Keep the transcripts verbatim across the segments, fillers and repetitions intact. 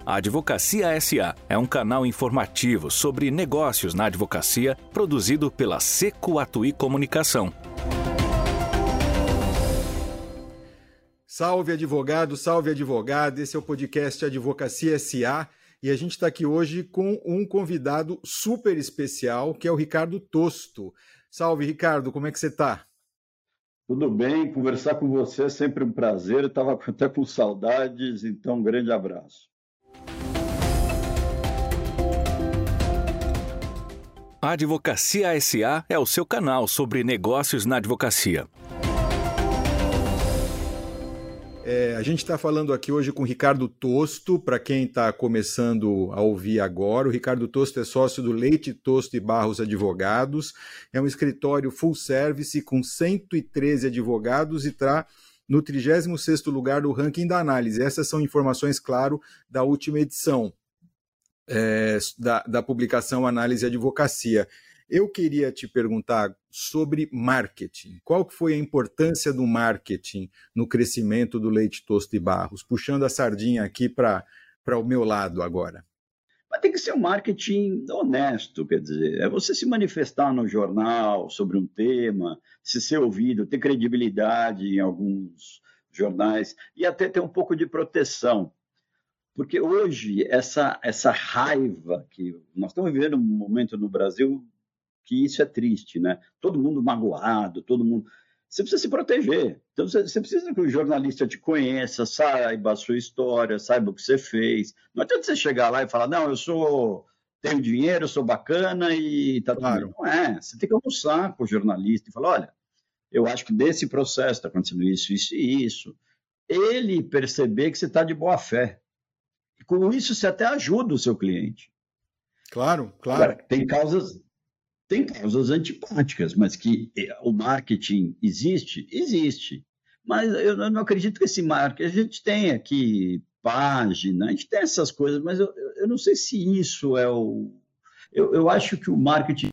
A Advocacia S A é um canal informativo sobre negócios na advocacia produzido pela Seco Atuí Comunicação. Salve advogado, salve advogada, esse é o podcast Advocacia S A e a gente está aqui hoje com um convidado super especial que é o Ricardo Tosto. Salve Ricardo, como é que você está? Tudo bem, conversar com você é sempre um prazer, eu estava até com saudades, então um grande abraço. A Advocacia S A é o seu canal sobre negócios na advocacia. É, a gente está falando aqui hoje com o Ricardo Tosto, para quem está começando a ouvir agora. O Ricardo Tosto é sócio do Leite, Tosto e Barros Advogados, é um escritório full service com cento e treze advogados e está no trigésimo sexto lugar do ranking da análise. Essas são informações, claro, da última edição é, da, da publicação Análise e Advocacia. Eu queria te perguntar sobre marketing. Qual que foi a importância do marketing no crescimento do Leite, Tosto e Barros? Puxando a sardinha aqui para o meu lado agora. Mas tem que ser um marketing honesto, quer dizer, é você se manifestar no jornal sobre um tema, se ser ouvido, ter credibilidade em alguns jornais e até ter um pouco de proteção. Porque hoje, essa, essa raiva que nós estamos vivendo um momento no Brasil que isso é triste, né? Todo mundo magoado, todo mundo... Você precisa se proteger. Então, você precisa que o jornalista te conheça, saiba a sua história, saiba o que você fez. Não adianta você chegar lá e falar, não, eu sou... tenho dinheiro, sou bacana e tá tudo Claro. bem. Não é. Você tem que almoçar com o jornalista e falar, olha, eu acho que desse processo está acontecendo isso, isso e isso. Ele perceber que você está de boa fé. E com isso, você até ajuda o seu cliente. Claro, claro. Agora, tem causas... Tem causas antipáticas, mas que o marketing existe? Existe. Mas eu não acredito que esse marketing... A gente tem aqui página, a gente tem essas coisas, mas eu, eu não sei se isso é o... Eu, eu acho que o marketing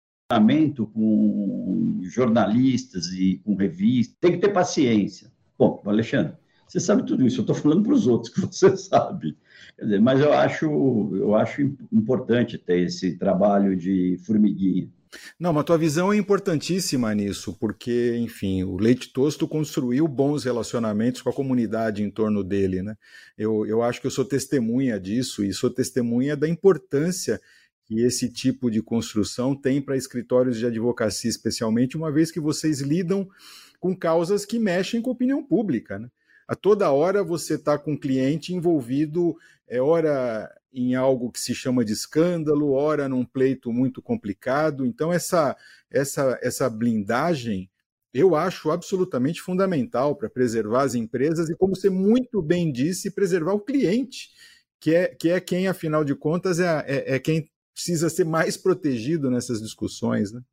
com jornalistas e com revistas tem que ter paciência. Bom, Alexandre, você sabe tudo isso, eu estou falando para os outros que você sabe. Quer dizer, mas eu acho, eu acho importante ter esse trabalho de formiguinha. Não, mas a tua visão é importantíssima nisso, porque, enfim, o Leite Tosto construiu bons relacionamentos com a comunidade em torno dele, né? Eu, eu acho que eu sou testemunha disso e sou testemunha da importância que esse tipo de construção tem para escritórios de advocacia, especialmente, uma vez que vocês lidam com causas que mexem com a opinião pública, né? A toda hora você está com um cliente envolvido, é, ora em algo que se chama de escândalo, ora num pleito muito complicado. Então, essa, essa, essa blindagem eu acho absolutamente fundamental para preservar as empresas e, como você muito bem disse, preservar o cliente, que é, que é quem, afinal de contas, é, é, é quem precisa ser mais protegido nessas discussões, né?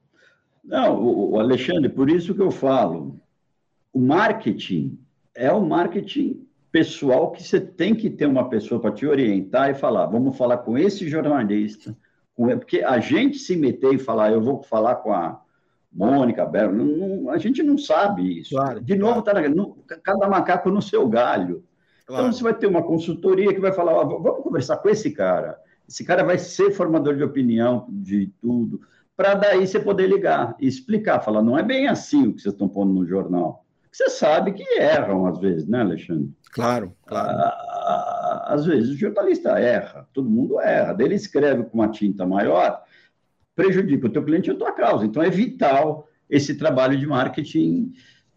Não, o Alexandre, por isso que eu falo, o marketing é o marketing pessoal que você tem que ter uma pessoa para te orientar e falar, vamos falar com esse jornalista, porque a gente se meter e falar, eu vou falar com a Mônica Berro, não, não, a gente não sabe isso. Claro, De novo, claro. tá no, cada macaco no seu galho. Claro. Então, você vai ter uma consultoria que vai falar, ó, vamos conversar com esse cara. Esse cara vai ser formador de opinião de tudo, para daí você poder ligar e explicar, falar, não é bem assim o que vocês estão pondo no jornal. Você sabe que erram às vezes, né, Alexandre? Claro, claro. Às vezes o jornalista erra, todo mundo erra. Ele escreve com uma tinta maior, prejudica o teu cliente e a tua causa. Então é vital esse trabalho de marketing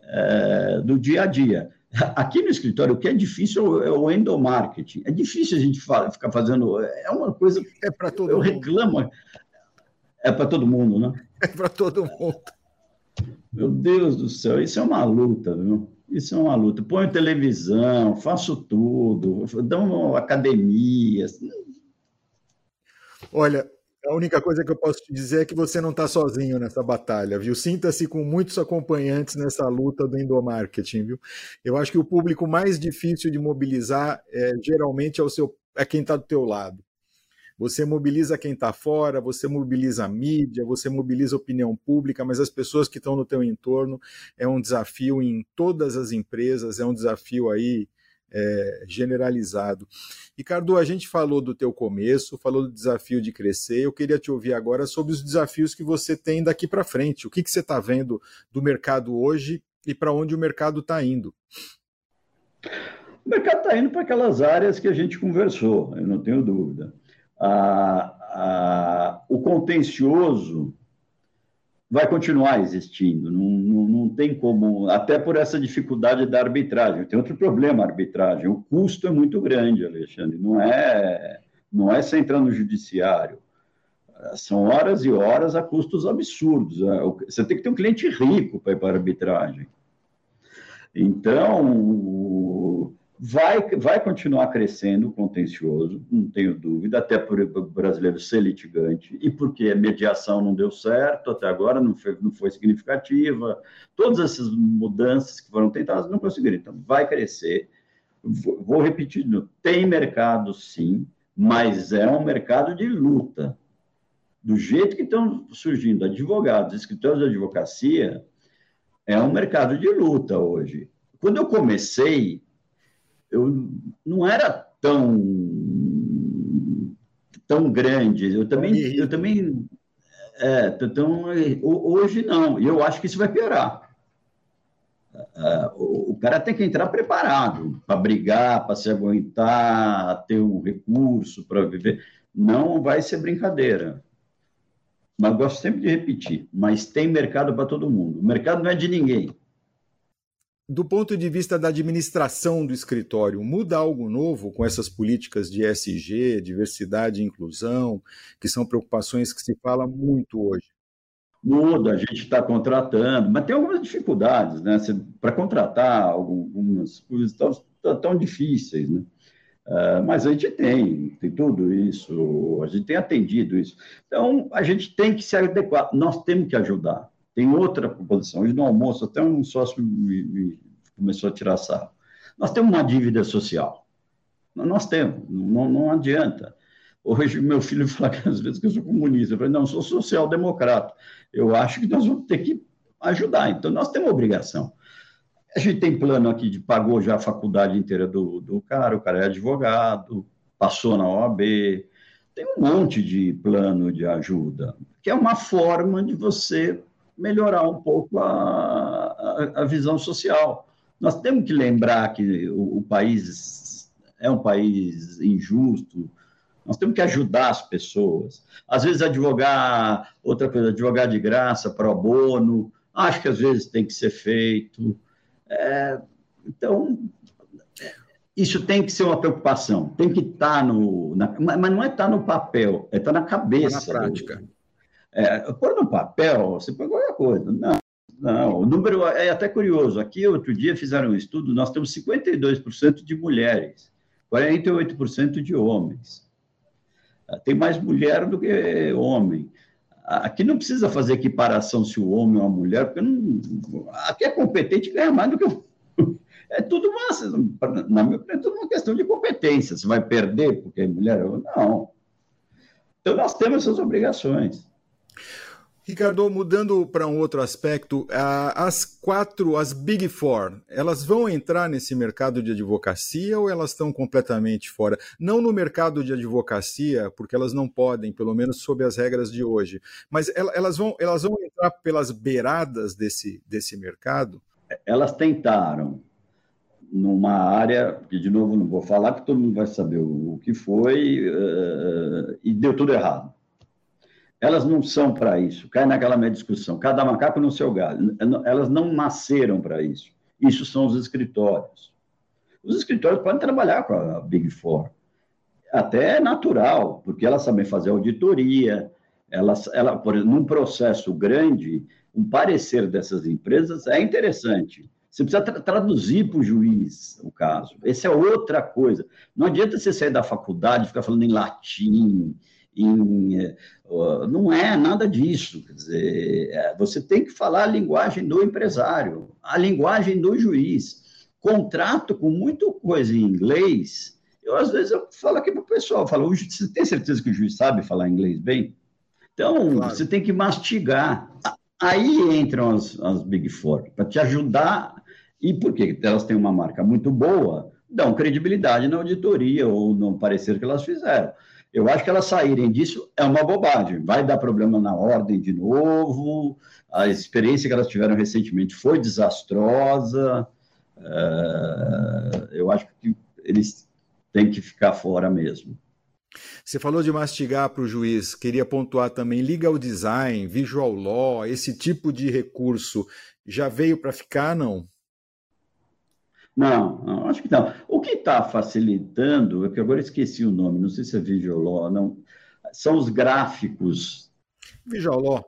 é, do dia a dia. Aqui no escritório, o que é difícil é o endomarketing. É difícil a gente ficar fazendo... É uma coisa... É para todo eu mundo. reclamo. É para todo mundo, né? É para todo mundo. Meu Deus do céu, isso é uma luta, viu? Isso é uma luta. Ponho televisão, faço tudo, dou academia. Olha, a única coisa que eu posso te dizer é que você não está sozinho nessa batalha, viu? Sinta-se com muitos acompanhantes nessa luta do endomarketing, viu? Eu acho que o público mais difícil de mobilizar é, geralmente é, o seu, é quem está do teu lado. Você mobiliza quem está fora, você mobiliza a mídia, você mobiliza a opinião pública, mas as pessoas que estão no teu entorno é um desafio em todas as empresas, é um desafio aí é, generalizado. Ricardo, a gente falou do teu começo, falou do desafio de crescer, eu queria te ouvir agora sobre os desafios que você tem daqui para frente. O que, que você está vendo do mercado hoje e para onde o mercado está indo? O mercado está indo para aquelas áreas que a gente conversou, eu não tenho dúvida. Ah, ah, o contencioso vai continuar existindo, não, não, não tem como, até por essa dificuldade da arbitragem. Tem outro problema, a arbitragem, o custo é muito grande, Alexandre, não é, não é você entrar no judiciário, são horas e horas a custos absurdos, você tem que ter um cliente rico para ir para a arbitragem. Então, vai, vai continuar crescendo o contencioso, não tenho dúvida, até por o brasileiro ser litigante, e porque a mediação não deu certo até agora, não foi, não foi significativa, todas essas mudanças que foram tentadas não conseguiram, então vai crescer. Vou, vou repetir, tem mercado sim, mas é um mercado de luta. Do jeito que estão surgindo advogados, escritórios de advocacia, é um mercado de luta hoje. Quando eu comecei, eu não era tão, tão grande. Eu também... Eu também é, então, hoje não. E eu acho que isso vai piorar. O cara tem que entrar preparado para brigar, para se aguentar, ter um recurso para viver. Não vai ser brincadeira. Mas gosto sempre de repetir, mas tem mercado para todo mundo. O mercado não é de ninguém. Do ponto de vista da administração do escritório, muda algo novo com essas políticas de E S G, diversidade e inclusão, que são preocupações que se fala muito hoje? Muda, a gente está contratando, mas tem algumas dificuldades, né? Para contratar algumas coisas tão, tão difíceis, né? Uh, mas a gente tem, tem tudo isso, a gente tem atendido isso. Então, a gente tem que se adequar, nós temos que ajudar. Tem outra proposição. Hoje no almoço, até um sócio me, me começou a tirar sarro. Nós temos uma dívida social. Nós temos, não, não adianta. Hoje, meu filho fala que às vezes que eu sou comunista. Eu falei, não, eu sou social-democrata. Eu acho que nós vamos ter que ajudar. Então, nós temos obrigação. A gente tem plano aqui de pagou já a faculdade inteira do, do cara, o cara é advogado, passou na O A B, tem um monte de plano de ajuda, que é uma forma de você melhorar um pouco a, a, a visão social. Nós temos que lembrar que o, o país é um país injusto, nós temos que ajudar as pessoas. Às vezes advogar, outra coisa, advogar de graça, pro bono, acho que às vezes tem que ser feito. É, então, isso tem que ser uma preocupação, tem que estar no... Na, mas não é estar no papel, é estar na cabeça. Na prática. É, pôr no papel, você põe qualquer coisa. Não, não, o número é até curioso. Aqui, outro dia, fizeram um estudo, nós temos cinquenta e dois por cento de mulheres, quarenta e oito por cento de homens. Tem mais mulher do que homem. Aqui não precisa fazer equiparação se o homem ou a mulher, porque não, aqui é competente ganha mais do que o... É tudo uma, na minha opinião, é tudo uma questão de competência. Você vai perder porque é mulher ou não. Então, nós temos essas obrigações. Ricardo, mudando para um outro aspecto, as quatro, as Big Four, elas vão entrar nesse mercado de advocacia ou elas estão completamente fora? Não no mercado de advocacia, porque elas não podem, pelo menos sob as regras de hoje, mas elas vão, elas vão entrar pelas beiradas desse, desse mercado? Elas tentaram, numa área, que de novo não vou falar, que todo mundo vai saber o que foi, uh, e deu tudo errado. Elas não são para isso, cai naquela minha discussão, cada macaco no seu galho. Elas não nasceram para isso. Isso são os escritórios. Os escritórios podem trabalhar com a Big Four. Até é natural, porque elas sabem fazer auditoria, elas, ela, por exemplo, num processo grande, um parecer dessas empresas é interessante. Você precisa tra- traduzir para o juiz o caso. Essa é outra coisa. Não adianta você sair da faculdade e ficar falando em latim, em, uh, não é nada disso. Quer dizer, é, você tem que falar a linguagem do empresário, a linguagem do juiz. Contrato com muita coisa em inglês. Eu, às vezes, eu falo aqui para o pessoal, eu falo, você tem certeza que o juiz sabe falar inglês bem? Então, claro, você tem que mastigar. Aí entram as, as Big Four, para te ajudar. E por quê? Elas têm uma marca muito boa, dão credibilidade na auditoria ou no parecer que elas fizeram. Eu acho que elas saírem disso é uma bobagem. Vai dar problema na ordem de novo. A experiência que elas tiveram recentemente foi desastrosa. Eu acho que eles têm que ficar fora mesmo. Você falou de mastigar para o juiz. Queria pontuar também legal design, visual law, esse tipo de recurso já veio para ficar, não? Não, não, acho que não. O que está facilitando, é que agora esqueci o nome, não sei se é visual law, não, são os gráficos. Visual law.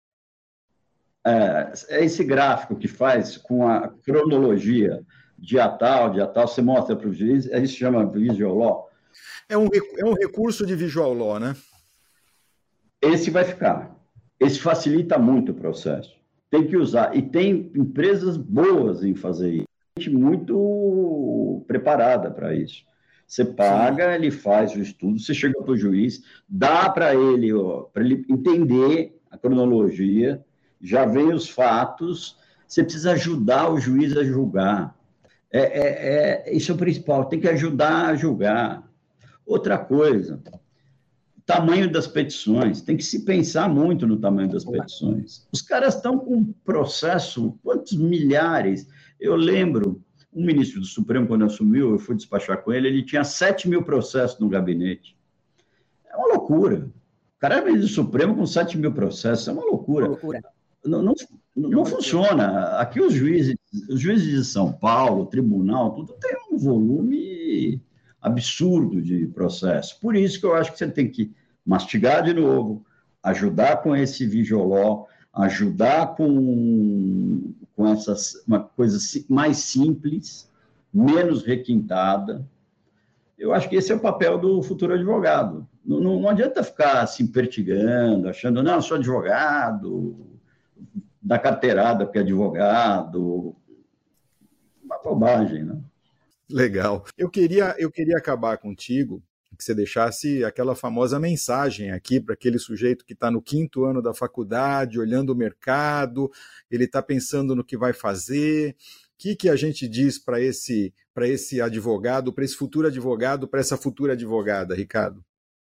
É, é esse gráfico que faz com a cronologia, dia tal, dia tal, você mostra para o juiz, a gente chama visual law. É um, é um recurso de visual law, né? Esse vai ficar. Esse facilita muito o processo. Tem que usar. E tem empresas boas em fazer isso. Gente muito preparada para isso. Você paga, Sim. ele faz o estudo, você chega para o juiz, dá para ele, para ele entender a cronologia, já vem os fatos, você precisa ajudar o juiz a julgar. É, é, é, isso é o principal, tem que ajudar a julgar. Outra coisa, o tamanho das petições. Tem que se pensar muito no tamanho das petições. Os caras estão com um processo, quantos milhares? Eu lembro, um ministro do Supremo, quando assumiu, eu fui despachar com ele, ele tinha sete mil processos no gabinete. É uma loucura. O cara é ministro do Supremo com sete mil processos, é uma loucura. Uma loucura. Não, não, não, não funciona. Aqui os juízes, os juízes de São Paulo, tribunal, tudo tem um volume absurdo de processo. Por isso que eu acho que você tem que mastigar de novo, ajudar com esse visual law, ajudar com, com essas, uma coisa mais simples, menos requintada. Eu acho que esse é o papel do futuro advogado. Não, não, não adianta ficar se impertigando, achando, não, eu sou advogado, dá carteirada porque é advogado. Uma bobagem, né? Legal. Eu queria, eu queria acabar contigo, que você deixasse aquela famosa mensagem aqui para aquele sujeito que está no quinto ano da faculdade, olhando o mercado, ele está pensando no que vai fazer. O que, que a gente diz para esse, para esse advogado, para esse futuro advogado, para essa futura advogada, Ricardo?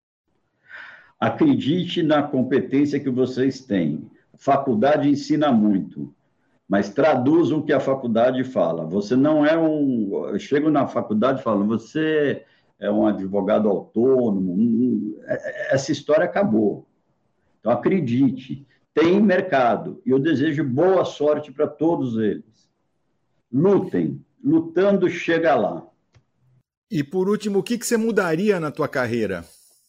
Acredite na competência que vocês têm. A faculdade ensina muito. Mas traduzam o que a faculdade fala. Você não é um... Eu chego na faculdade e falo, você é um advogado autônomo. Essa história acabou. Então, acredite, tem mercado. E eu desejo boa sorte para todos eles. Lutem. Lutando, chega lá. E, por último, o que você mudaria na tua carreira?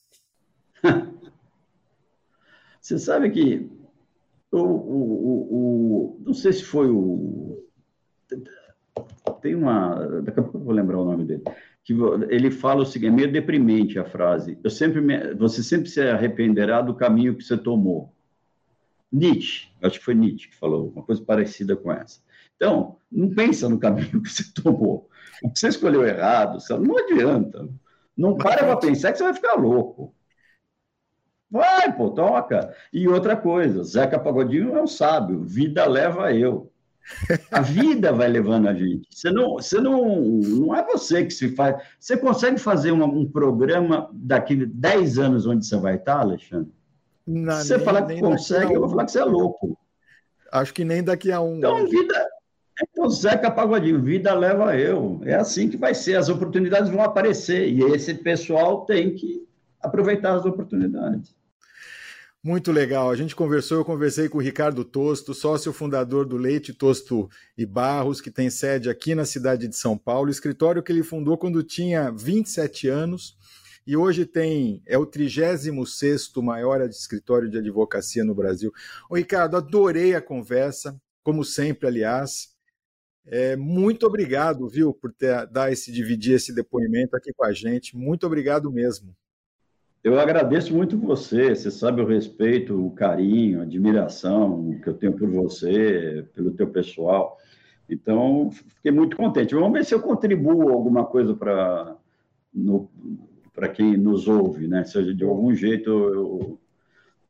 Você sabe que O, o, o, o, não sei se foi o... Tem uma... Daqui a pouco eu vou lembrar o nome dele. Que ele fala o seguinte, é meio deprimente a frase. Eu sempre me, você sempre se arrependerá do caminho que você tomou. Nietzsche, acho que foi Nietzsche que falou uma coisa parecida com essa. Então, não pensa no caminho que você tomou. O que você escolheu errado, não adianta. Não para para pensar que você vai ficar louco. Vai, pô, toca. E outra coisa, Zeca Pagodinho é um sábio, vida leva eu. A vida vai levando a gente. Você não, você não, não é você que se faz. Você consegue fazer uma, um programa daqui dez anos onde você vai estar, Alexandre? Não, se você nem, falar que consegue, eu vou falar que você é louco. Acho que nem daqui a um. Então, vida. Então, Zeca Pagodinho, vida leva eu. É assim que vai ser. As oportunidades vão aparecer. E esse pessoal tem que aproveitar as oportunidades. Muito legal. A gente conversou, eu conversei com o Ricardo Tosto, sócio fundador do Leite Tosto e Barros, que tem sede aqui na cidade de São Paulo, escritório que ele fundou quando tinha vinte e sete anos e hoje tem, é o trigésimo sexto maior escritório de advocacia no Brasil. Ô, Ricardo, adorei a conversa, como sempre, aliás. É, muito obrigado, viu, por ter, dar esse, dividir esse depoimento aqui com a gente. Muito obrigado mesmo. Eu agradeço muito você, você sabe o respeito, o carinho, a admiração que eu tenho por você, pelo teu pessoal. Então, fiquei muito contente. Vamos ver se eu contribuo alguma coisa para para quem nos ouve, né? Se de algum jeito eu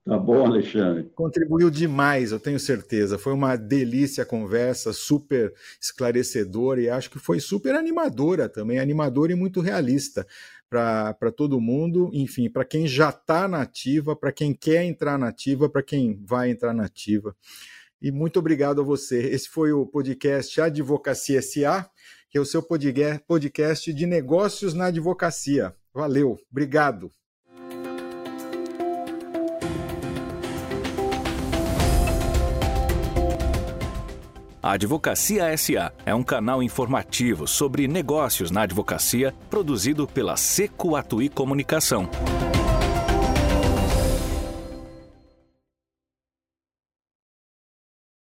Tá bom, Alexandre. Contribuiu demais, eu tenho certeza. Foi uma delícia a conversa, super esclarecedora e acho que foi super animadora também, animadora e muito realista para todo mundo, enfim, para quem já está na ativa, para quem quer entrar na ativa, para quem vai entrar na ativa. E muito obrigado a você. Esse foi o podcast Advocacia S A, que é o seu podcast de negócios na advocacia. Valeu, obrigado. A Advocacia S A é um canal informativo sobre negócios na advocacia produzido pela Seco Atuí Comunicação.